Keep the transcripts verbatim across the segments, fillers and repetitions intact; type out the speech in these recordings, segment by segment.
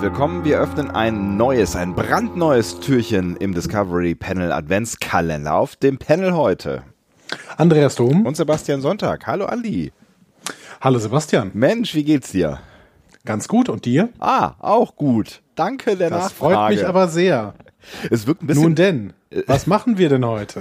willkommen. Wir öffnen ein neues, ein brandneues Türchen im Discovery Panel Adventskalender. Auf dem Panel heute Andreas Dom und Sebastian Sonntag. Hallo Andi. Hallo Sebastian. Mensch, wie geht's dir? Ganz gut, und dir? Ah, auch gut. Danke der Das Nachfrage. freut mich aber sehr. Es wirkt ein bisschen... Nun denn, was machen wir denn heute?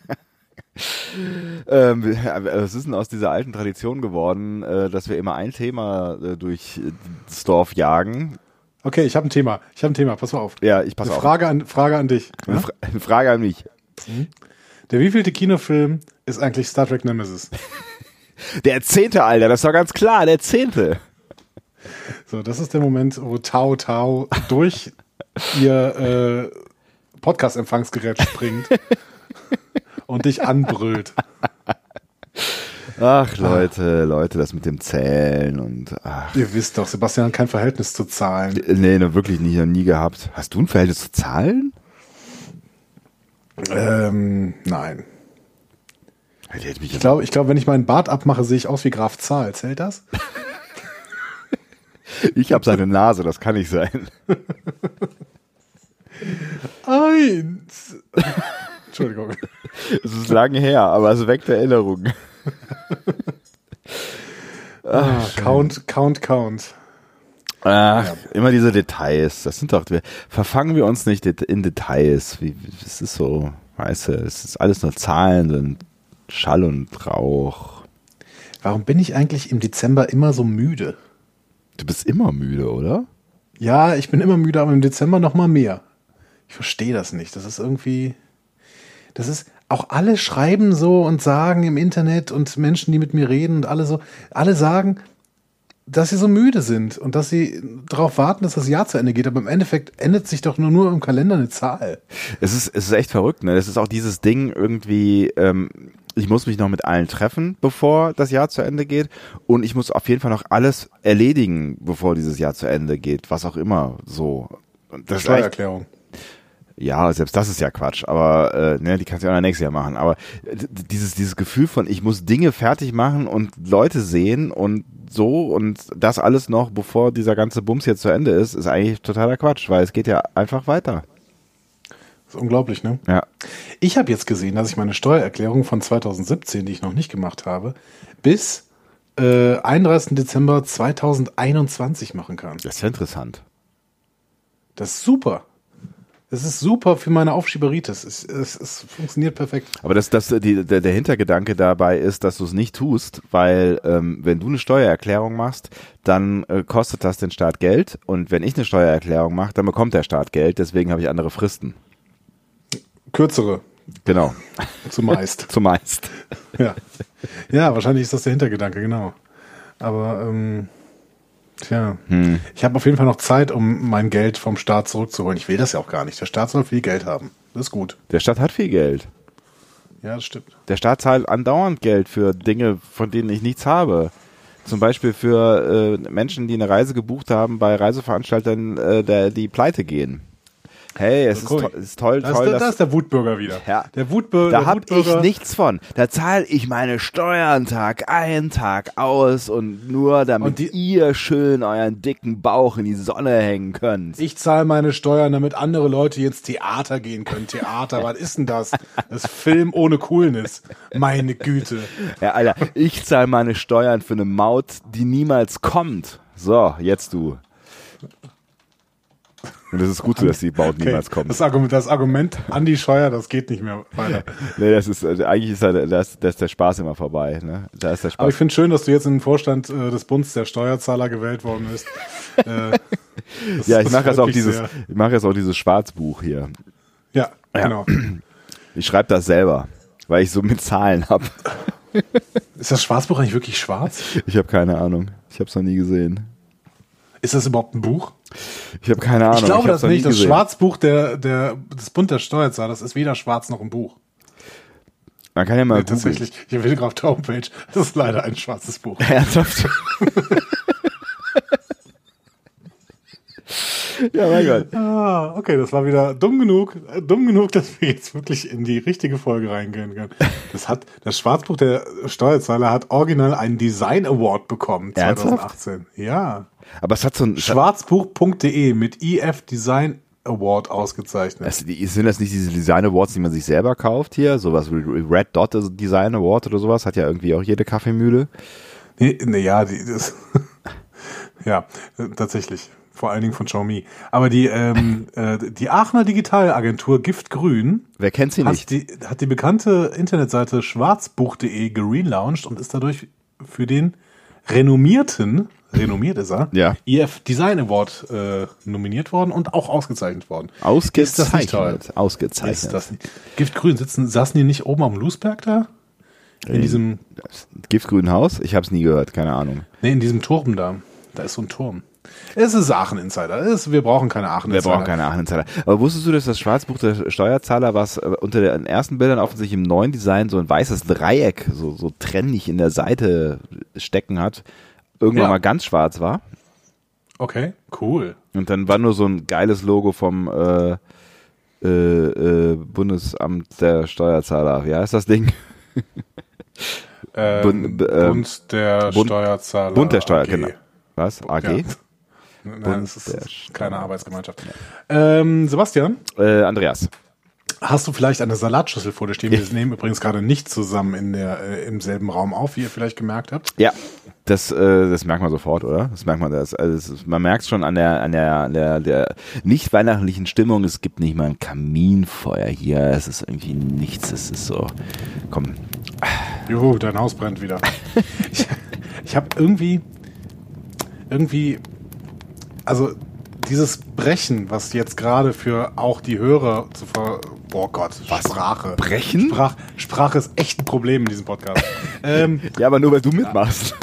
ähm, es ist denn aus dieser alten Tradition geworden, äh, dass wir immer ein Thema äh, durch das Dorf jagen. Okay, ich habe ein Thema. Ich habe ein Thema, pass mal auf. Ja, ich pass Eine auf. Frage an, Frage an dich. Eine, Ja? Fra eine Frage an mich. Der wievielte Kinofilm ist eigentlich Star Trek Nemesis? Der zehnte, Alter, das war ganz klar, der zehnte. So, das ist der Moment, wo Tau Tau durch ihr äh, Podcast-Empfangsgerät springt und dich anbrüllt. Ach, Leute, Leute, das mit dem Zählen und ach. Ihr wisst doch, Sebastian hat kein Verhältnis zu Zahlen. Nee, ne, wirklich nie, noch nie gehabt. Hast du ein Verhältnis zu Zahlen? Ähm, nein. Ich, hätte mich Ich glaube, ich glaub, wenn ich meinen Bart abmache, sehe ich aus wie Graf Zahl. Zählt das? ich habe seine Nase, das kann nicht sein. Eins. Entschuldigung. Es ist lange her, aber es weckt Erinnerungen. Ah, count, count, count. Ach, Ja. immer diese Details. Das sind doch, wir, verfangen wir uns nicht in Details. Wie, es ist so, weißt du, es ist alles nur Zahlen und Schall und Rauch. Warum bin ich eigentlich im Dezember immer so müde? Du bist immer müde, oder? Ja, ich bin immer müde, aber im Dezember noch mal mehr. Ich verstehe das nicht. Das ist irgendwie, das ist, auch alle schreiben so und sagen im Internet und Menschen, die mit mir reden und alle so, alle sagen, dass sie so müde sind und dass sie darauf warten, dass das Jahr zu Ende geht. Aber im Endeffekt ändert sich doch nur, nur im Kalender eine Zahl. Es ist, es ist echt verrückt, ne? Es ist auch dieses Ding irgendwie, ähm, ich muss mich noch mit allen treffen, bevor das Jahr zu Ende geht. Und ich muss auf jeden Fall noch alles erledigen, bevor dieses Jahr zu Ende geht. Was auch immer so. Und das ist echt, Steuererklärung. ja, selbst das ist ja Quatsch, aber äh, ne, die kannst du ja auch noch nächstes Jahr machen. Aber d- dieses dieses Gefühl von, ich muss Dinge fertig machen und Leute sehen und so und das alles noch, bevor dieser ganze Bums jetzt zu Ende ist, ist eigentlich totaler Quatsch, weil es geht ja einfach weiter. Das ist unglaublich, ne? Ja. Ich habe jetzt gesehen, dass ich meine Steuererklärung von zweitausendsiebzehn, die ich noch nicht gemacht habe, bis äh, einunddreißigsten Dezember zweitausendeinundzwanzig machen kann. Das ist ja interessant. Das ist super. Das ist super für meine Aufschieberitis. Es, es, es funktioniert perfekt. Aber das, das, die, der, der Hintergedanke dabei ist, dass du es nicht tust, weil ähm, wenn du eine Steuererklärung machst, dann äh, kostet das den Staat Geld und wenn ich eine Steuererklärung mache, dann bekommt der Staat Geld, deswegen habe ich andere Fristen. Kürzere, Genau, zumeist. zumeist. ja. ja, wahrscheinlich ist das der Hintergedanke, genau. Aber, ähm, tja, Hm. ich habe auf jeden Fall noch Zeit, um mein Geld vom Staat zurückzuholen. Ich will das ja auch gar nicht. Der Staat soll viel Geld haben. Das ist gut. Der Staat hat viel Geld. Ja, das stimmt. Der Staat zahlt andauernd Geld für Dinge, von denen ich nichts habe. Zum Beispiel für äh, Menschen, die eine Reise gebucht haben bei Reiseveranstaltern, äh, der, die pleite gehen. Hey, es ist, Cool. to es ist toll, Da ist, toll, der, dass da ist der Wutbürger wieder. Ja. Der Wutbür Da der hab Wutbürger. ich nichts von. Da zahle ich meine Steuern Tag ein, Tag aus und nur damit Und die- ihr schön euren dicken Bauch in die Sonne hängen könnt. Ich zahle meine Steuern, damit andere Leute ins Theater gehen können. Theater, was ist denn das? Das ist Film ohne Coolness. Meine Güte. Ja, Alter, ich zahle meine Steuern für eine Maut, die niemals kommt. So, jetzt du. Und das ist gut so, dass die Maut Okay. niemals kommt. Das Argument, das Argument Andi Scheuer, das geht nicht mehr weiter. Nee, das ist, also eigentlich ist da, da ist, da ist der Spaß immer vorbei, ne? Da ist der Aber ich Spaß. finde schön, dass du jetzt in den Vorstand äh, des Bundes der Steuerzahler gewählt worden bist. Äh, das- Ja, ich das mache jetzt freut auch mich dieses, sehr. ich mache jetzt auch dieses Schwarzbuch hier. Ja, Ja. genau. Ich schreibe das selber, weil ich so mit Zahlen habe. Ist das Schwarzbuch eigentlich wirklich schwarz? Ich habe keine Ahnung. Ich habe es noch nie gesehen. Ist das überhaupt ein Buch? Ich habe keine Ahnung. Ich glaube hab's das noch nie nicht. Das gesehen. Schwarzbuch der, der, des Bund der Steuerzahler, das ist weder schwarz noch ein Buch. Man kann ja mal Nee, googeln. tatsächlich, ich will gerade auf der Homepage, das ist leider ein schwarzes Buch. Ernsthaft? Ja, mein Gott. Ah, okay, das war wieder dumm genug, äh, dumm genug, dass wir jetzt wirklich in die richtige Folge reingehen können. Das hat, das Schwarzbuch der Steuerzahler hat original einen Design Award bekommen, zwanzig achtzehn. Ja. Aber es hat so ein... Schwarzbuch punkt de mit I F Design Award ausgezeichnet. Also die, sind das nicht diese Design Awards, die man sich selber kauft hier? Sowas wie Red Dot Design Award oder sowas? Hat ja irgendwie auch jede Kaffeemühle. Nee, nee ja, die, das, ja, tatsächlich. Vor allen Dingen von Xiaomi. Aber die, ähm, äh, die Aachener Digitalagentur Giftgrün. Wer kennt sie nicht? Hat die, hat die bekannte Internetseite schwarzbuch punkt de gelauncht und ist dadurch für den renommierten, renommiert ist er, ja. I F Design Award äh, nominiert worden und auch ausgezeichnet worden. Ausgezeichnet. Ist das nicht toll? Ausgezeichnet. Ist das nicht? Giftgrün, sitzen, saßen die nicht oben am Loosberg da? In, in diesem Giftgrünen Haus? Ich habe es nie gehört, keine Ahnung. Nee, in diesem Turm da. Da ist so ein Turm. Es ist Aachen-Insider. Es ist, wir brauchen keine Aachen-Insider. Wir brauchen keine Aachen-Insider. Aber wusstest du, dass das Schwarzbuch der Steuerzahler, was unter den ersten Bildern offensichtlich im neuen Design so ein weißes Dreieck, so, so trennig in der Seite stecken hat, irgendwann ja. mal ganz schwarz war? Okay, cool. Und dann war nur so ein geiles Logo vom äh, äh, äh, Bundesamt der Steuerzahler. Wie heißt das Ding? Ähm, Bund, äh, Bund der Bund, Steuerzahler. Bund der Steuer, genau. Was? A G? Ja. Nein, das ist keine Arbeitsgemeinschaft. Ähm, Sebastian? Äh, Andreas. Hast du vielleicht eine Salatschüssel vor dir stehen? Wir nehmen übrigens gerade nicht zusammen in der, äh, im selben Raum auf, wie ihr vielleicht gemerkt habt. Ja, das, äh, das merkt man sofort, oder? Das merkt man, das, also das ist, man merkt schon an der, an der, an der, der nicht weihnachtlichen Stimmung. Es gibt nicht mal ein Kaminfeuer hier. Es ist irgendwie nichts. Es ist so, komm. Juhu, dein Haus brennt wieder. ich ich habe irgendwie, irgendwie, also dieses Brechen, was jetzt gerade für auch die Hörer zu ver... Oh Gott, was? Sprache. Brechen? Sprach, Sprache ist echt ein Problem in diesem Podcast. ähm, ja, aber nur weil du mitmachst.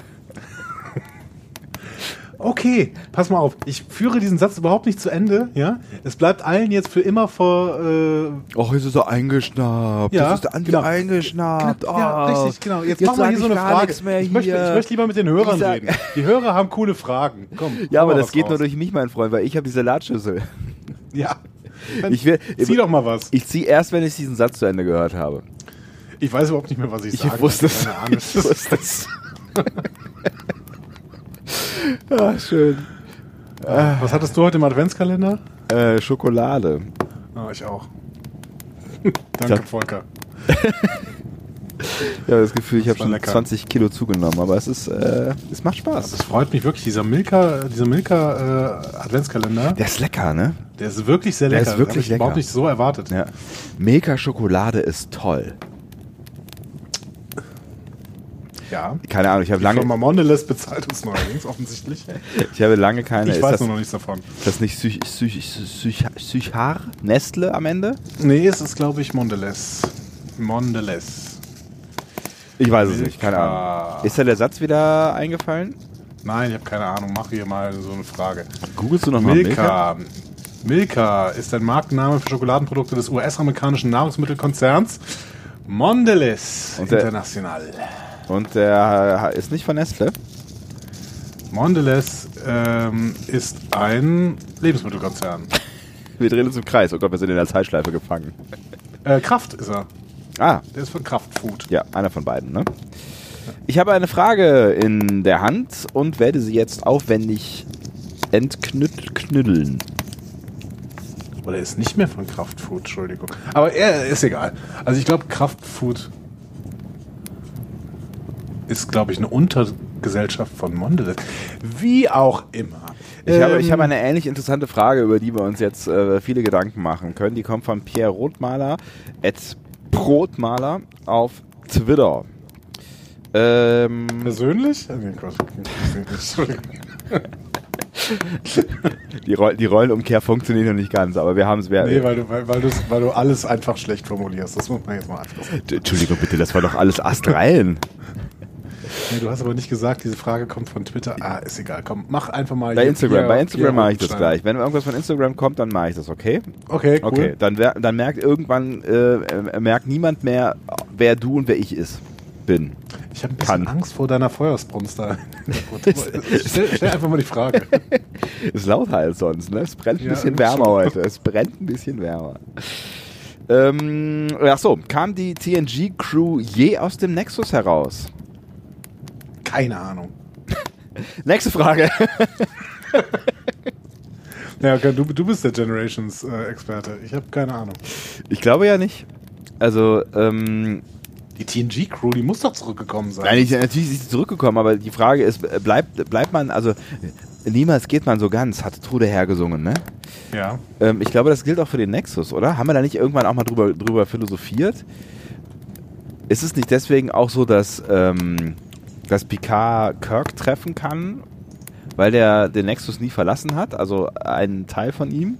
Okay, pass mal auf. Ich führe diesen Satz überhaupt nicht zu Ende. Ja, es bleibt allen jetzt für immer vor. Äh Och, jetzt ist er eingeschnappt. Ja, jetzt ist der Andi genau. eingeschnappt. Oh. Ja, richtig, genau. Jetzt, jetzt machen wir hier so eine Frage. Mehr ich, möchte, ich möchte lieber mit den Hörern reden. Die Hörer haben coole Fragen. Komm. Ja, aber das geht raus. nur durch mich, mein Freund, weil ich habe die Salatschüssel. Ja. Ich will, zieh doch mal was. Ich zieh erst, wenn ich diesen Satz zu Ende gehört habe. Ich weiß überhaupt nicht mehr, was ich, ich sage. Wusste es. Keine Ahnung. Ich wusste es. Ah, schön. Was hattest du heute im Adventskalender? Äh, Schokolade. Ah, ich auch. Danke, ja. Volker. Ich habe das Gefühl, ich habe schon lecker. zwanzig Kilo zugenommen, aber es ist, äh, es macht Spaß. Das freut mich wirklich. Dieser Milka, dieser Milka äh, Adventskalender. Der ist lecker, ne? Der ist wirklich sehr lecker. Der ist wirklich das hab ich lecker. Überhaupt nicht so erwartet. Ja. Milka Schokolade ist toll. Ja. Keine Ahnung, ich habe lange... Die Firma Mondelez bezahlt uns neuerdings, offensichtlich. Ich habe lange keine... Ich ist weiß das, nur noch nichts davon. Ist das nicht Such, Such, Such, Suchar? Nestle am Ende? Nee, es ist, glaube ich, Mondelez. Mondelez. Ich weiß es nicht, keine Ahnung. Ist da der Satz wieder eingefallen? Nein, ich habe keine Ahnung. Mach hier mal so eine Frage. Googlest du nochmal Milka? Milka. Milka ist ein Markenname für Schokoladenprodukte des U S-amerikanischen Nahrungsmittelkonzerns Mondelez und der, International. Und der ist nicht von Nestle? Mondelez ähm, ist ein Lebensmittelkonzern. Wir drehen uns im Kreis. Oh Gott, wir sind in der Zeitschleife gefangen. Äh, Kraft ist er. Ah. Der ist von Kraftfood. Ja, einer von beiden, ne? Ich habe eine Frage in der Hand und werde sie jetzt aufwendig entknüdeln. Oder ist nicht mehr von Kraftfood, Entschuldigung. Aber er ist egal. Also ich glaube, Kraftfood ist, glaube ich, eine Untergesellschaft von Mondelez. Wie auch immer. Ich, ähm, habe, ich habe eine ähnlich interessante Frage, über die wir uns jetzt äh, viele Gedanken machen können. Die kommt von Pierre Rothmaler, at Brotmaler auf Twitter. Ähm, Persönlich? Entschuldigung. Die, Roll, die Rollenumkehr funktioniert noch nicht ganz, aber wir haben es... Nee, weil du, weil, weil, weil du alles einfach schlecht formulierst. Das muss man jetzt mal einfach sagen. Entschuldigung bitte, das war doch alles astrein. Nee, du hast aber nicht gesagt, diese Frage kommt von Twitter. Ah, ist egal. Komm, mach einfach mal... Bei Instagram, Pierre, bei Instagram mache ich das Stein. gleich. Wenn irgendwas von Instagram kommt, dann mache ich das, okay? Okay, cool. Okay, dann, dann merkt irgendwann, äh, merkt niemand mehr, wer du und wer ich ist, bin. Ich habe ein bisschen kann. Angst vor deiner Feuersbrunst da. stell, stell einfach mal die Frage. Ist lauter als sonst, ne? Es brennt ein Ja, bisschen wärmer schon. heute. Es brennt ein bisschen wärmer. Ähm, ach so, kam die T N G-Crew je aus dem Nexus heraus? Keine Ahnung. Nächste Frage. Ja, okay, du, du bist der Generations-Experte. Ich habe keine Ahnung. Ich glaube ja nicht. Also, ähm... Die T N G-Crew, die muss doch zurückgekommen sein. Nein, ich, natürlich ist sie zurückgekommen, aber die Frage ist, bleibt, bleibt man, also niemals geht man so ganz, hat Trude hergesungen, ne? Ja. Ähm, ich glaube, das gilt auch für den Nexus, oder? Haben wir da nicht irgendwann auch mal drüber, drüber philosophiert? Ist es nicht deswegen auch so, dass, ähm, dass Picard Kirk treffen kann, weil der den Nexus nie verlassen hat, also einen Teil von ihm?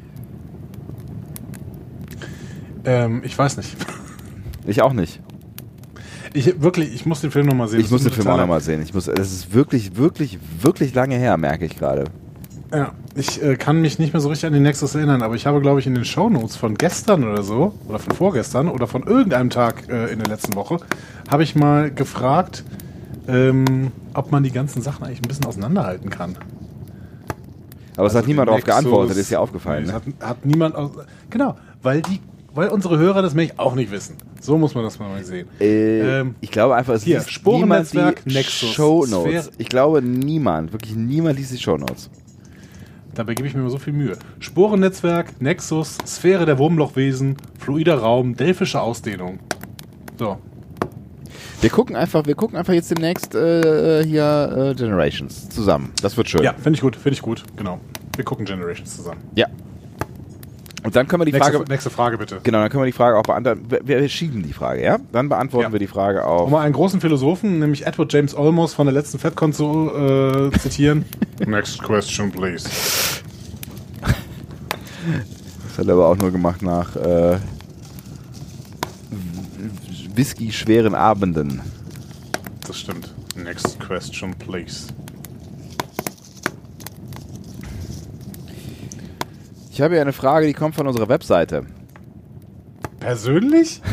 Ähm, ich weiß nicht. Ich auch nicht. Ich wirklich, ich muss den Film nochmal sehen. Ich muss den Film auch nochmal sehen. Ich muss, das ist wirklich, wirklich, wirklich lange her, merke ich gerade. Ja, ich äh, kann mich nicht mehr so richtig an den Nexus erinnern, aber ich habe, glaube ich, in den Shownotes von gestern oder so, oder von vorgestern, oder von irgendeinem Tag äh, in der letzten Woche, habe ich mal gefragt, ähm, ob man die ganzen Sachen eigentlich ein bisschen auseinanderhalten kann. Aber es Also hat niemand den darauf geantwortet, Nexus- ist dir aufgefallen. Nee, Ne? es hat, hat niemand aus, genau, weil die, weil unsere Hörer das nämlich auch nicht wissen. So muss man das mal sehen. Äh, Ähm, ich glaube einfach, es hier, liest Sporennetzwerk, niemand die Nexus, Shownotes. Sphäre- Ich glaube, niemand, wirklich niemand liest die Shownotes. Dabei gebe ich mir immer so viel Mühe. Sporennetzwerk, Nexus, Sphäre der Wurmlochwesen, fluider Raum, delphische Ausdehnung. So. Wir gucken einfach, wir gucken einfach jetzt demnächst äh, hier äh, Generations zusammen. Das wird schön. Ja, finde ich gut, finde ich gut, genau. Wir gucken Generations zusammen. Ja. Und dann können wir die Nächste Frage, Frage, nächste Frage bitte. genau, dann können wir die Frage auch beantworten. Wir, wir schieben die Frage, ja? Dann beantworten Ja. wir die Frage auf. Um mal einen großen Philosophen, nämlich Edward James Olmos von der letzten FedCon zu äh, zitieren. Next question, please. Das hat er aber auch nur gemacht nach äh, Whisky-schweren Abenden. Das stimmt. Next question, please. Ich habe hier eine Frage, die kommt von unserer Webseite. Persönlich?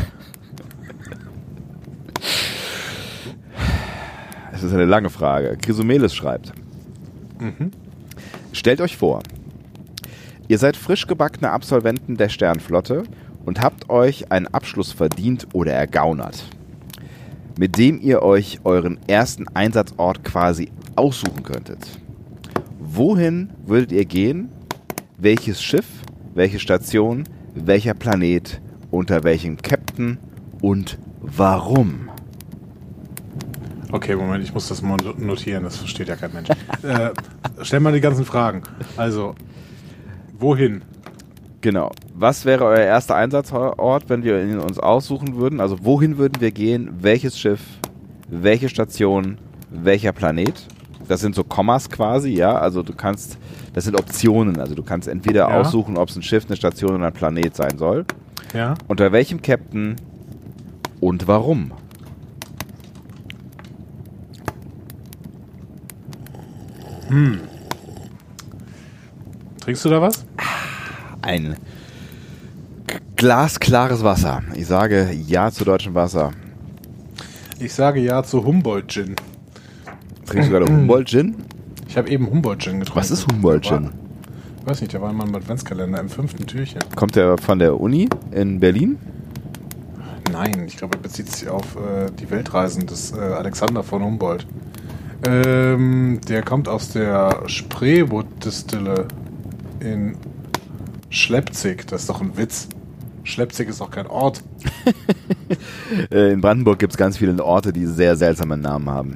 Es ist eine lange Frage. Chrysomelis schreibt. Mhm. Stellt euch vor, ihr seid frisch gebackene Absolventen der Sternflotte und habt euch einen Abschluss verdient oder ergaunert, mit dem ihr euch euren ersten Einsatzort quasi aussuchen könntet. Wohin würdet ihr gehen? Welches Schiff? Welche Station? Welcher Planet? Unter welchem Captain? Und warum? Okay, Moment, ich muss das mal notieren, das versteht ja kein Mensch. äh, stell mal die ganzen Fragen. Also, wohin? Genau. Was wäre euer erster Einsatzort, wenn wir ihn uns aussuchen würden? Also wohin würden wir gehen? Welches Schiff? Welche Station? Welcher Planet? Das sind so Kommas quasi, ja. Also du kannst, das sind Optionen. Also du kannst entweder Ja. aussuchen, ob es ein Schiff, eine Station oder ein Planet sein soll. Ja? Unter welchem Captain und warum? Trinkst du da was? Ein g- glasklares Wasser. Ich sage ja zu deutschem Wasser. Ich sage ja zu Humboldt-Gin. Trinkst du gerade Humboldt-Gin? Ich habe eben Humboldt-Gin getrunken. Was ist Humboldt-Gin? War- Weiß nicht, der war in meinem Adventskalender im fünften Türchen. Kommt der von der Uni in Berlin? Nein, ich glaube, er bezieht sich auf äh, die Weltreisen des äh, Alexander von Humboldt. Ähm, der kommt aus der Spreewood-Distille in Schleppzig. Das ist doch ein Witz. Schleppzig ist doch kein Ort. Äh, in Brandenburg gibt es ganz viele Orte, die sehr seltsame Namen haben.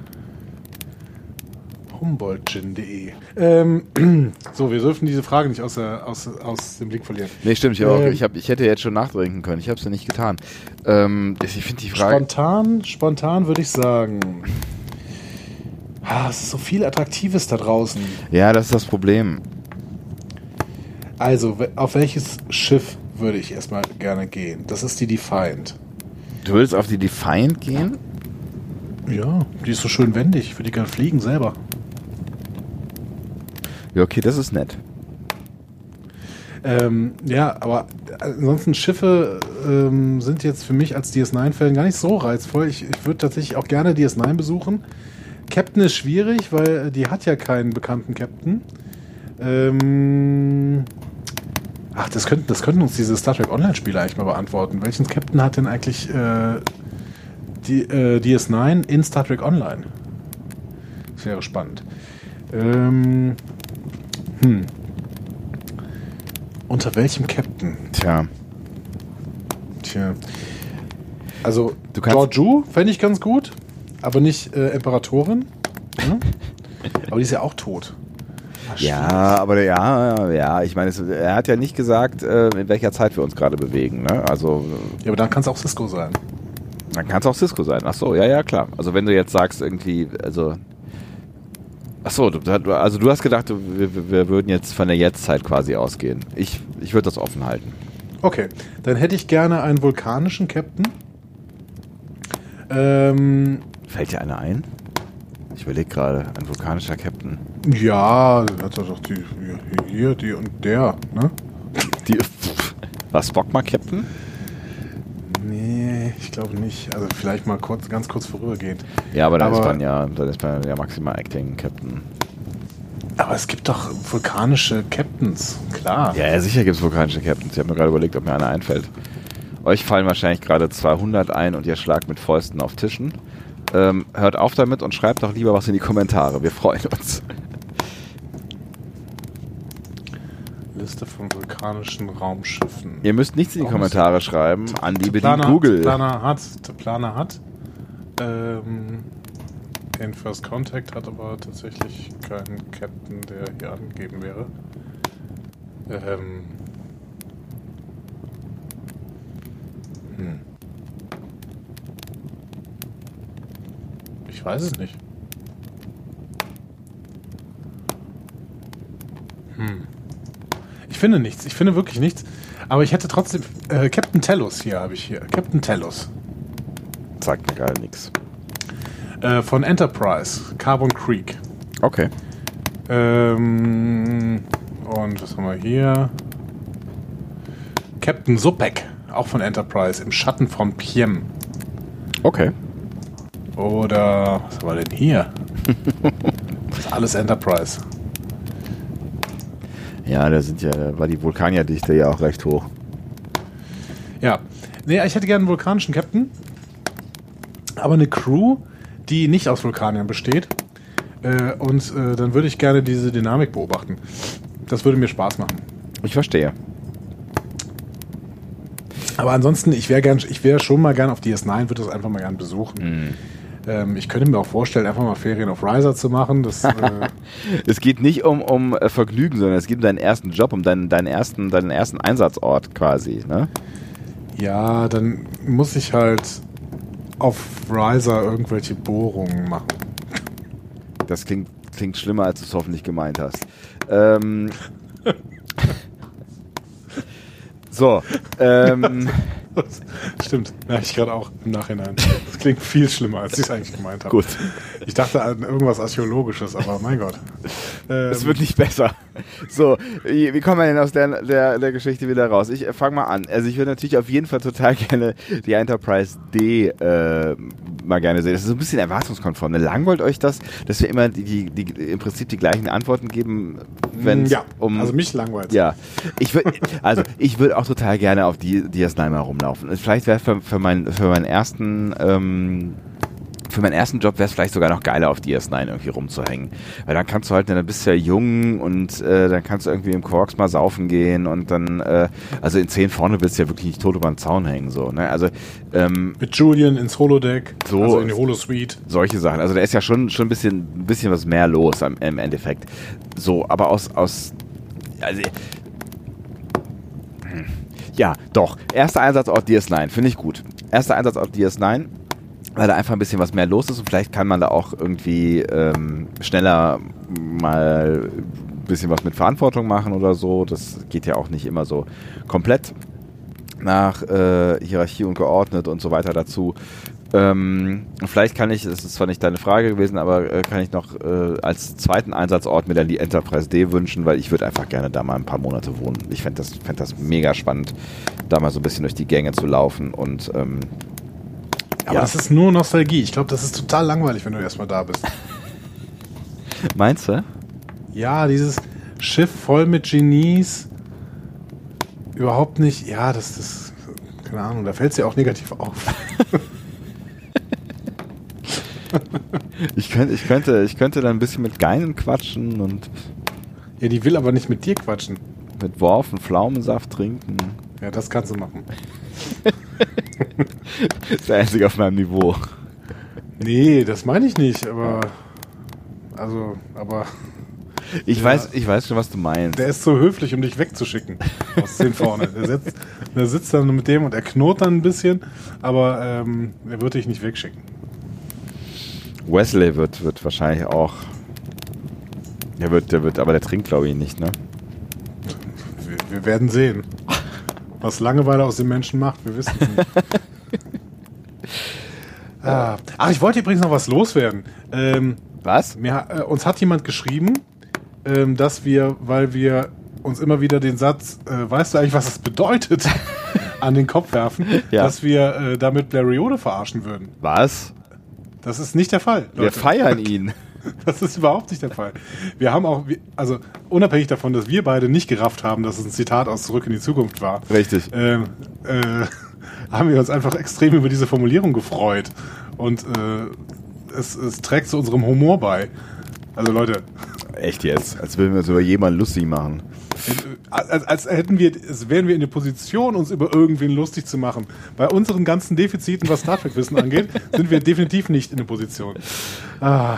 Humboldt-Gin punkt de. Ähm, so, wir dürfen diese Frage nicht aus, der, aus, aus dem Blick verlieren. Nee, stimmt, ich auch. Ähm. Ich, hab, ich hätte jetzt schon nachdenken können. Ich habe es ja nicht getan. Ähm, ich finde die Frage... Spontan, spontan würde ich sagen, ah, es ist so viel Attraktives da draußen. Ja, das ist das Problem. Also, we- auf welches Schiff würde ich erstmal gerne gehen? Das ist die Defiant. Du willst auf die Defiant gehen? Ja, die ist so schön wendig. Ich würde gerne fliegen selber. Ja, okay, das ist nett. Ähm, ja, aber ansonsten Schiffe ähm, sind jetzt für mich als D S neun Fan gar nicht so reizvoll. Ich, ich würde tatsächlich auch gerne D S neun besuchen. Captain ist schwierig, weil die hat ja keinen bekannten Captain. Ähm, ach, das könnten, das könnten uns diese Star Trek Online-Spiele eigentlich mal beantworten. Welchen Captain hat denn eigentlich äh, die, äh, D S neun in Star Trek Online? Das wäre spannend. Ähm, hm. Unter welchem Captain? Tja. Tja. Also, du kannst Georgiou fände ich ganz gut, aber nicht äh, Imperatorin. Ja? Aber die ist ja auch tot. Ach, ja, aber ja, ja, ich meine, es, er hat ja nicht gesagt, äh, in welcher Zeit wir uns gerade bewegen. Ne? Also, ja, aber dann kann es auch Sisko sein. Dann kann es auch Sisko sein. Ach so, ja, ja, klar. Also wenn du jetzt sagst irgendwie, also ach so, du, also du hast gedacht, wir, wir würden jetzt von der Jetztzeit quasi ausgehen. Ich, ich würde das offen halten. Okay, dann hätte ich gerne einen vulkanischen Captain. Ähm, Fällt dir einer ein? Ich überlege gerade, ein vulkanischer Captain. Ja, hat er doch die hier, die und der, ne? Die, war Spock mal Captain? Nee, ich glaube nicht. Also vielleicht mal kurz, ganz kurz vorübergehend. Ja, aber dann aber, ist man ja, dann ist man ja maximal Acting Captain. Aber es gibt doch vulkanische Captains, klar. Ja, ja sicher gibt es vulkanische Captains. Ich habe mir gerade überlegt, ob mir einer einfällt. Euch fallen wahrscheinlich gerade zweihundert ein und ihr schlagt mit Fäusten auf Tischen. Ähm, hört auf damit und schreibt doch lieber was in die Kommentare. Wir freuen uns. Liste von vulkanischen Raumschiffen. Ihr müsst nichts in die Warum Kommentare schreiben. Andi bedient Planer, Google. Planer hat, Planer hat ähm, den First Contact hat aber tatsächlich keinen Captain, der hier angegeben wäre. Ähm, hm. Ich weiß es nicht. Hm. Ich finde nichts. Ich finde wirklich nichts. Aber ich hätte trotzdem äh, Captain Tellus hier habe ich hier. Captain Tellus. Sagt mir gar nichts. Äh, von Enterprise. Carbon Creek. Okay. Ähm, und was haben wir hier? Captain Supek. Auch von Enterprise. Im Schatten von Piem. Okay. Oder was haben wir denn hier? Das ist alles Enterprise. Ja, da sind ja, da war die Vulkanierdichte ja auch recht hoch. Ja. Nee, ich hätte gerne einen vulkanischen Captain. Aber eine Crew, die nicht aus Vulkaniern besteht. Äh, und äh, dann würde ich gerne diese Dynamik beobachten. Das würde mir Spaß machen. Ich verstehe. Aber ansonsten, ich wäre gern, ich wäre schon mal gern auf D S neun, würde das einfach mal gern besuchen. Mm. Ähm, ich könnte mir auch vorstellen, einfach mal Ferien auf Riser zu machen. Das, äh es geht nicht um, um äh, Vergnügen, sondern es geht um deinen ersten Job, um deinen, deinen, ersten, deinen ersten Einsatzort quasi, ne? Ja, dann muss ich halt auf Riser irgendwelche Bohrungen machen. Das klingt, klingt schlimmer, als du es hoffentlich gemeint hast. Ähm... So, ähm... Stimmt, merke ich gerade auch im Nachhinein. Das klingt viel schlimmer, als ich es eigentlich gemeint habe. Gut. Ich dachte an irgendwas Archäologisches, aber mein Gott. Ähm, es wird nicht besser. So, wie, wie kommen wir denn aus der, der, der Geschichte wieder raus? Ich äh, fange mal an. Also ich würde natürlich auf jeden Fall total gerne die Enterprise D äh, mal gerne sehen. Das ist so ein bisschen erwartungskonform. Ne? Langweilt euch das, dass wir immer die, die, die im Prinzip die gleichen Antworten geben, wenn ja, um... also mich langweilt. Ja, ich würde also ich würde auch total gerne auf die D S neun mal rumlaufen. Vielleicht wäre für, für, mein, für meinen ersten ähm, für meinen ersten Job wäre es vielleicht sogar noch geiler, auf D S neun irgendwie rumzuhängen. Weil dann kannst du halt, dann bist du ja jung und äh, dann kannst du irgendwie im Quarks mal saufen gehen und dann, äh, also in zehn vorne willst du ja wirklich nicht tot über den Zaun hängen, so, ne? Also, ähm, mit Julian ins Holodeck, so, also in die Holosuite. Solche Sachen. Also da ist ja schon, schon ein bisschen, ein bisschen was mehr los am, im Endeffekt. So, aber aus, aus, also, ja, doch. Erster Einsatzort D S neun, finde ich gut. Erster Einsatzort D S neun, weil da einfach ein bisschen was mehr los ist und vielleicht kann man da auch irgendwie ähm, schneller mal ein bisschen was mit Verantwortung machen oder so. Das geht ja auch nicht immer so komplett nach äh, Hierarchie und geordnet und so weiter dazu. Ähm, vielleicht kann ich, das ist zwar nicht deine Frage gewesen, aber äh, kann ich noch äh, als zweiten Einsatzort mir dann die Enterprise D wünschen, weil ich würde einfach gerne da mal ein paar Monate wohnen. Ich fände das, fänd das mega spannend, da mal so ein bisschen durch die Gänge zu laufen und ähm, Aber ja. das ist nur Nostalgie. Ich glaube, das ist total langweilig, wenn du erstmal da bist. Meinst du? Ja, dieses Schiff voll mit Genies. Überhaupt nicht. Ja, das ist. Keine Ahnung, da fällt es ja auch negativ auf. ich, könnte, ich, könnte, ich könnte dann ein bisschen mit Geinen quatschen und. Ja, die will aber nicht mit dir quatschen. Mit Worf und Pflaumensaft trinken. Ja, das kannst du machen. Das ist der einzige auf meinem Niveau. Nee, das meine ich nicht, aber. Also, aber. Ich, ja, weiß, ich weiß schon, was du meinst. Der ist so höflich, um dich wegzuschicken. Aus zehn vorne. Der, setzt, der sitzt dann mit dem und er knurrt dann ein bisschen, aber ähm, er wird dich nicht wegschicken. Wesley wird, wird wahrscheinlich auch. Der wird, der wird, aber der trinkt, glaube ich, nicht, ne? Wir, wir werden sehen. Was Langeweile aus den Menschen macht, wir wissen es nicht. ah. Ach, ich wollte übrigens noch was loswerden. Ähm, Was? Mir, äh, uns hat jemand geschrieben, ähm, dass wir, weil wir uns immer wieder den Satz, äh, weißt du eigentlich, was es bedeutet, an den Kopf werfen, Ja. dass wir äh, damit Blériot verarschen würden. Was? Das ist nicht der Fall. Wir Leute. feiern ihn. Das ist überhaupt nicht der Fall. Wir haben auch, also unabhängig davon, dass wir beide nicht gerafft haben, dass es ein Zitat aus Zurück in die Zukunft war, Richtig. ähm, äh, haben wir uns einfach extrem über diese Formulierung gefreut. Und äh, es, es trägt zu unserem Humor bei. Also Leute, Echt jetzt? Als würden wir uns über jemanden lustig machen. als, als hätten wir, als wären wir in der Position, uns über irgendwen lustig zu machen. Bei unseren ganzen Defiziten, was Star Trek Wissen angeht, sind wir definitiv nicht in der Position. Ah,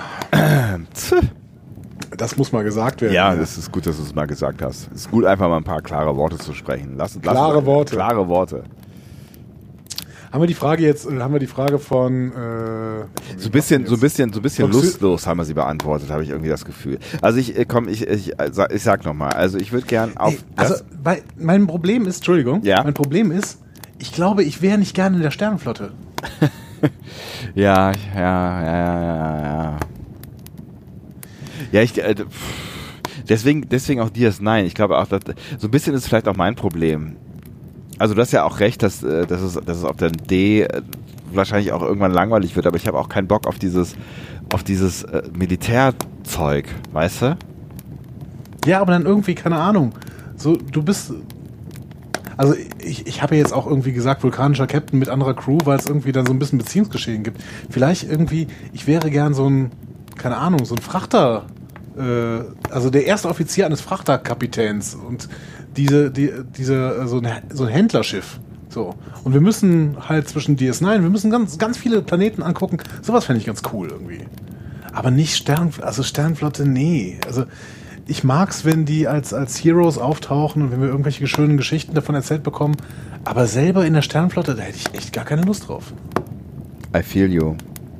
das muss mal gesagt werden. Ja, das ist gut, dass du es mal gesagt hast. Es ist gut, einfach mal ein paar klare Worte zu sprechen. Lass, lass Klare Worte. Klare Worte. Haben wir die Frage jetzt, haben wir die Frage von äh, So ein bisschen, so ein bisschen, so ein bisschen Von Xy- lustlos haben wir sie beantwortet, habe ich irgendwie das Gefühl. Also ich, äh, komm, ich, ich, ich sag nochmal. Also ich würde gern auf. Ey, also das, weil, mein Problem ist, Entschuldigung, Ja? mein Problem ist, ich glaube, ich wäre nicht gerne in der Sternenflotte. ja, ja, ja, ja, ja, ja. Ja, ich. Äh, pff, deswegen, deswegen auch D S neun. Ich glaube auch, dass, so ein bisschen ist vielleicht auch mein Problem. Also du hast ja auch recht, dass, äh, dass, es, dass es auf der D äh, wahrscheinlich auch irgendwann langweilig wird, aber ich habe auch keinen Bock auf dieses, auf dieses äh, Militärzeug, weißt du? Ja, aber dann irgendwie, keine Ahnung. So, du bist. Also ich, ich habe ja jetzt auch irgendwie gesagt, vulkanischer Captain mit anderer Crew, weil es irgendwie dann so ein bisschen Beziehungsgeschehen gibt. Vielleicht irgendwie, ich wäre gern so ein, keine Ahnung, so ein Frachter, äh, also der erste Offizier eines Frachterkapitäns und diese, die, diese, so ein, so ein Händlerschiff. So. Und wir müssen halt zwischen D S neun, wir müssen ganz, ganz viele Planeten angucken. Sowas fände ich ganz cool irgendwie. Aber nicht Stern, also Sternflotte, nee. Also ich mag's, wenn die als, als Heroes auftauchen und wenn wir irgendwelche schönen Geschichten davon erzählt bekommen. Aber selber in der Sternflotte, da hätte ich echt gar keine Lust drauf. I feel you.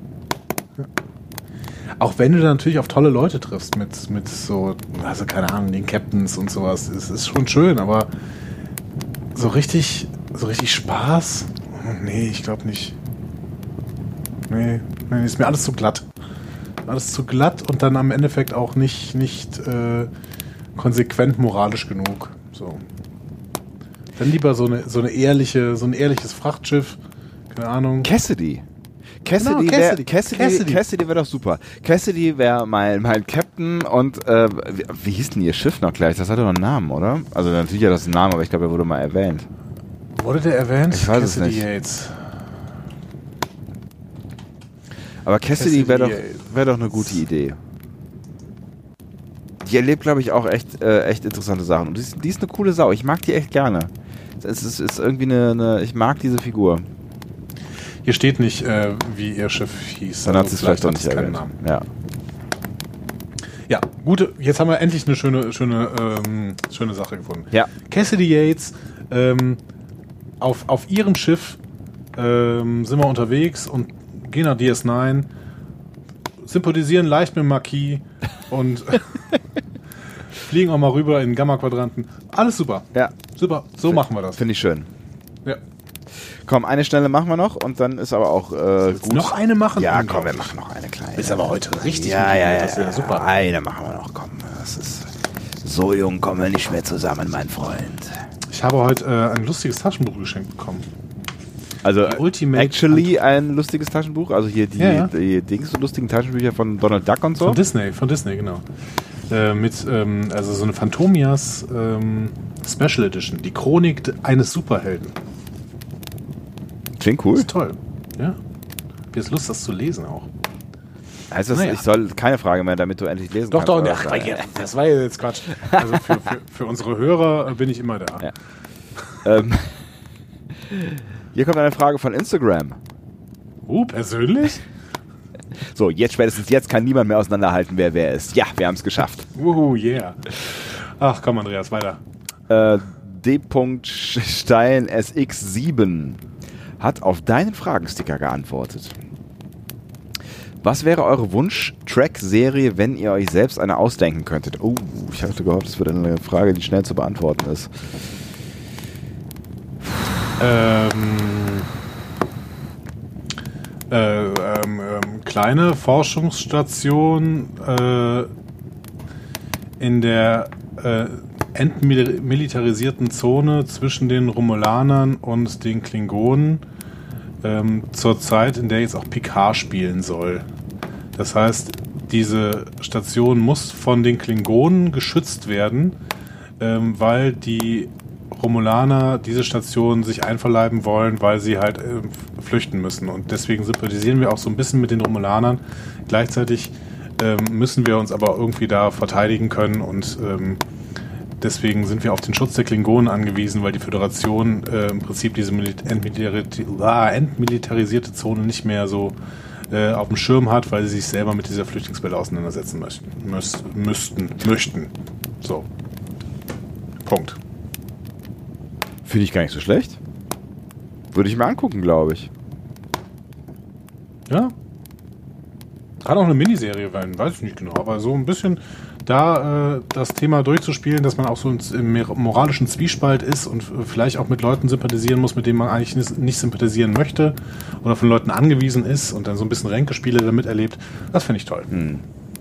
Auch wenn du da natürlich auf tolle Leute triffst mit, mit so, also keine Ahnung, den Captains und sowas. Es ist schon schön, aber so richtig, so richtig Spaß? Nee, ich glaube nicht. Nee, nee, ist mir alles zu glatt. Alles zu glatt und dann am Endeffekt auch nicht, nicht äh, konsequent moralisch genug. So. Dann lieber so eine, so eine ehrliche, so ein ehrliches Frachtschiff. Keine Ahnung. Cassidy. Cassidy, Genau, wär, Cassidy. Cassidy, Cassidy. Cassidy wäre doch super. Cassidy wäre mein, mein Captain und äh, wie, wie hieß denn ihr Schiff noch gleich? Das hatte doch einen Namen, oder? Also natürlich hat das einen Namen, aber ich glaube, er wurde mal erwähnt. Wurde der erwähnt? Ich weiß es Cassidy nicht. Yates. Aber Cassidy, Cassidy wäre doch, Yates. wär doch eine gute Idee. Die erlebt, glaube ich, auch echt, äh, echt interessante Sachen. Und die ist, die ist eine coole Sau. Ich mag die echt gerne. Es ist, ist irgendwie eine, eine, ich mag diese Figur. Hier steht nicht, äh, wie ihr Schiff hieß. Dann hat sie es vielleicht doch hat nicht es keinen erwähnt. Namen. Ja. Ja, gute. Jetzt haben wir endlich eine schöne, schöne, ähm, schöne Sache gefunden. Ja. Cassidy Yates, ähm, auf, auf ihrem Schiff ähm, sind wir unterwegs und gehen nach D S neun, sympathisieren leicht mit dem Marquis und fliegen auch mal rüber in den Gamma-Quadranten. Alles super. Ja. Super. So machen wir das. Finde ich schön. Ja. Komm, eine schnelle machen wir noch und dann ist aber auch äh, gut. Noch eine machen? Ja, komm, wir machen noch eine kleine. Ist aber heute richtig. Ja, ja, ja, das ist ja super. Eine machen wir noch, komm. Das ist so jung, kommen wir nicht mehr zusammen, mein Freund. Ich habe heute äh, ein lustiges Taschenbuch geschenkt bekommen. Also Ultimate actually ein lustiges Taschenbuch, also hier die, ja, ja. die Dings, so lustigen Taschenbücher von Donald Duck und so. Von Disney, von Disney, genau. Äh, mit, ähm, also so eine Phantomias ähm, Special Edition, die Chronik eines Superhelden. Klingt cool. Das ist toll, ja. Ich habe Lust, das zu lesen auch. Heißt das, Naja. ich soll keine Frage mehr, damit du endlich lesen Doch, kannst? doch, oder? ach, das war ja jetzt Quatsch. Also für, für, für unsere Hörer bin ich immer da. Ja. ähm, hier kommt eine Frage von Instagram. Uh, persönlich? So, jetzt spätestens jetzt kann niemand mehr auseinanderhalten, wer wer ist. Ja, wir haben es geschafft. Uh, yeah. Ach komm, Andreas, weiter. Äh, D. Stein S X sieben hat auf deinen Fragensticker geantwortet. Was wäre eure Wunsch-Track-Serie, wenn ihr euch selbst eine ausdenken könntet? Oh, ich hatte gehofft, das wird eine Frage, die schnell zu beantworten ist. Ähm, äh, ähm, ähm, kleine Forschungsstation äh, in der äh, entmilitarisierten Zone zwischen den Romulanern und den Klingonen ähm, zur Zeit, in der jetzt auch Picard spielen soll. Das heißt, diese Station muss von den Klingonen geschützt werden, ähm, weil die Romulaner diese Station sich einverleiben wollen, weil sie halt äh, flüchten müssen. Und deswegen sympathisieren wir auch so ein bisschen mit den Romulanern. Gleichzeitig ähm, müssen wir uns aber irgendwie da verteidigen können und ähm, deswegen sind wir auf den Schutz der Klingonen angewiesen, weil die Föderation äh, im Prinzip diese Milit- entmilitari- ah, entmilitarisierte Zone nicht mehr so äh, auf dem Schirm hat, weil sie sich selber mit dieser Flüchtlingswelle auseinandersetzen möchten. Müß, müssten, möchten. So. Punkt. Finde ich gar nicht so schlecht. Würde ich mir angucken, glaube ich. Ja. Kann auch eine Miniserie werden, weiß ich nicht genau. Aber so ein bisschen da äh, das Thema durchzuspielen, dass man auch so im moralischen Zwiespalt ist und vielleicht auch mit Leuten sympathisieren muss, mit denen man eigentlich nicht sympathisieren möchte oder von Leuten angewiesen ist und dann so ein bisschen Ränkespiele damit erlebt. Das finde ich toll. Hm.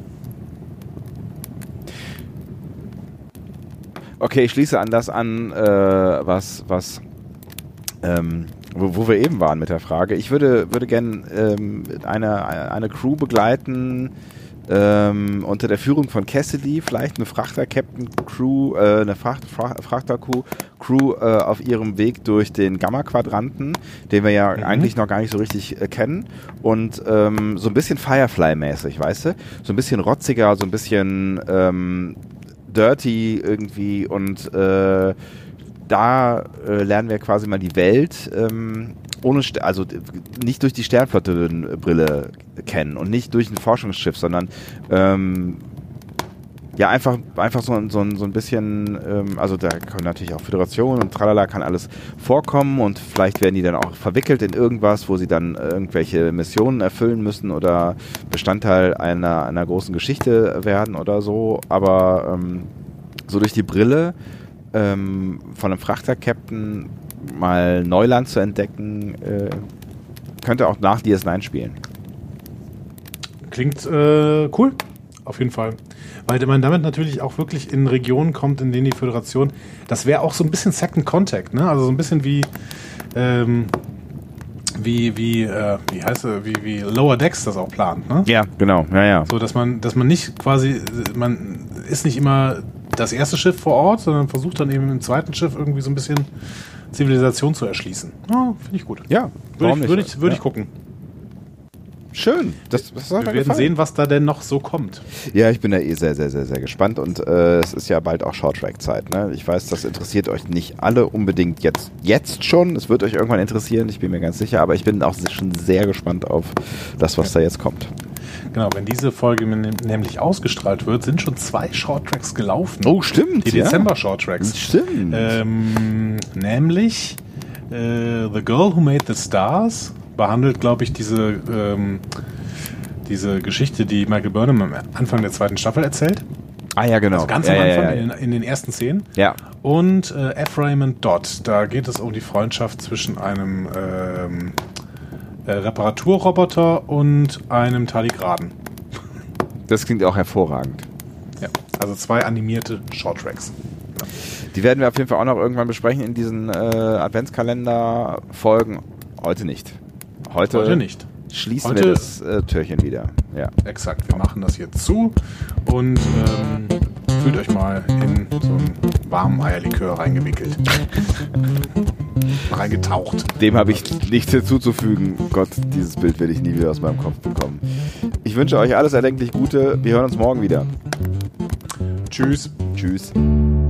Okay, ich schließe an das an, äh, was, was, ähm, wo, wo wir eben waren mit der Frage. Ich würde, würde gerne ähm, eine, eine Crew begleiten ähm, unter der Führung von Cassidy, vielleicht eine Frachter-Captain-Crew, äh, eine Fracht, Fra- Frachter-Crew Crew, äh, auf ihrem Weg durch den Gamma-Quadranten, den wir ja mhm. eigentlich noch gar nicht so richtig äh, kennen. Und ähm, so ein bisschen Firefly-mäßig, weißt du? So ein bisschen rotziger, so ein bisschen ähm, dirty irgendwie und äh, da äh, lernen wir quasi mal die Welt ähm, ohne, St- also nicht durch die Sternflotte-Brille kennen und nicht durch ein Forschungsschiff, sondern ähm, ja einfach einfach so, so, so ein bisschen, ähm, also da können natürlich auch Föderation und tralala kann alles vorkommen und vielleicht werden die dann auch verwickelt in irgendwas, wo sie dann irgendwelche Missionen erfüllen müssen oder Bestandteil einer, einer großen Geschichte werden oder so, aber ähm, so durch die Brille ähm, von einem Frachter-Captain mal Neuland zu entdecken, äh, könnte auch nach D S neun spielen. Klingt äh, cool, auf jeden Fall. Weil man damit natürlich auch wirklich in Regionen kommt, in denen die Föderation, das wäre auch so ein bisschen Second Contact, ne? Also so ein bisschen wie, ähm, wie, wie, äh, wie heißt es, wie, wie Lower Decks das auch plant, ne? Ja, genau, ja, ja. So, dass man, dass man nicht quasi, man ist nicht immer das erste Schiff vor Ort, sondern versucht dann eben im zweiten Schiff irgendwie so ein bisschen Zivilisation zu erschließen. Ja, finde ich gut. Ja, würde ich, würde ich, würde ich gucken. Schön. Das, das hat Wir mir werden gefallen. sehen, was da denn noch so kommt. Ja, ich bin da eh sehr, sehr, sehr, sehr gespannt und äh, es ist ja bald auch Short-Track-Zeit. Ne? Ich weiß, das interessiert euch nicht alle unbedingt jetzt, jetzt schon. Es wird euch irgendwann interessieren, ich bin mir ganz sicher, aber ich bin auch schon sehr gespannt auf das, was ja. da jetzt kommt. Genau, wenn diese Folge nämlich ausgestrahlt wird, sind schon zwei Short-Tracks gelaufen. Oh, stimmt. Die ja. Dezember-Short-Tracks. Stimmt. Ähm, nämlich äh, The Girl Who Made the Stars behandelt, glaube ich, diese, ähm, diese Geschichte, die Michael Burnham am Anfang der zweiten Staffel erzählt. Ah ja, genau. Also ganz ja, am Anfang, ja, ja, ja. In, in den ersten Szenen. Ja. Und äh, F. Raymond Dodd, da geht es um die Freundschaft zwischen einem ähm, äh, Reparaturroboter und einem Tardigraden. Das klingt auch hervorragend. Ja, also zwei animierte Shorttracks. Ja. Die werden wir auf jeden Fall auch noch irgendwann besprechen in diesen äh, Adventskalender-Folgen. Heute nicht. Heute, Heute nicht. Schließen Heute, wir das äh, Türchen wieder. Ja. Exakt, wir machen das hier zu und ähm, fühlt euch mal in so einen warmen Eierlikör reingewickelt. Reingetaucht. Dem habe ich nichts hinzuzufügen. Gott, dieses Bild werde ich nie wieder aus meinem Kopf bekommen. Ich wünsche euch alles erdenklich Gute. Wir hören uns morgen wieder. Tschüss. Tschüss.